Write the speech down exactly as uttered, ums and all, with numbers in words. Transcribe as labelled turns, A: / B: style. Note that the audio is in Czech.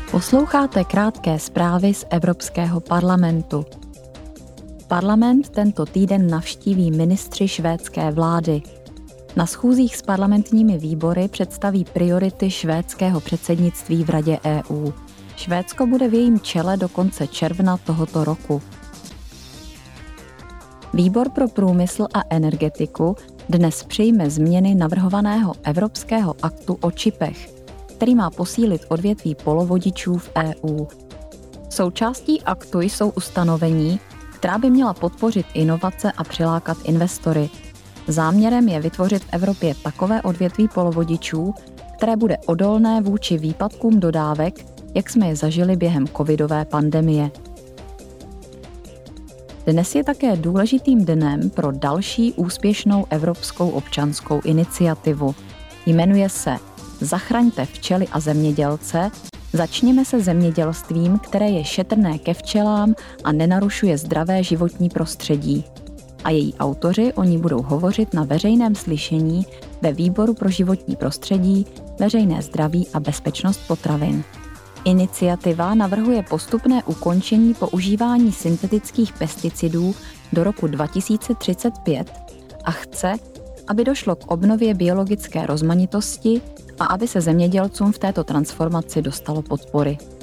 A: Posloucháte krátké zprávy z Evropského parlamentu. Parlament tento týden navštíví ministři švédské vlády. Na schůzích s parlamentními výbory představí priority švédského předsednictví v Radě E U. Švédsko bude v jejím čele do konce června tohoto roku. Výbor pro průmysl a energetiku dnes přijme změny navrhovaného Evropského aktu o čipech, který má posílit odvětví polovodičů v E U. Součástí aktu jsou ustanovení, která by měla podpořit inovace a přilákat investory. Záměrem je vytvořit v Evropě takové odvětví polovodičů, které bude odolné vůči výpadkům dodávek, jak jsme je zažili během covidové pandemie. Dnes je také důležitým dnem pro další úspěšnou evropskou občanskou iniciativu. Jmenuje se Zachraňte včely a zemědělce, začněme se zemědělstvím, které je šetrné ke včelám a nenarušuje zdravé životní prostředí. A její autoři o ní budou hovořit na veřejném slyšení ve Výboru pro životní prostředí, veřejné zdraví a bezpečnost potravin. Iniciativa navrhuje postupné ukončení používání syntetických pesticidů do roku dva tisíce třicet pět a chce, aby došlo k obnově biologické rozmanitosti a aby se zemědělcům v této transformaci dostalo podpory.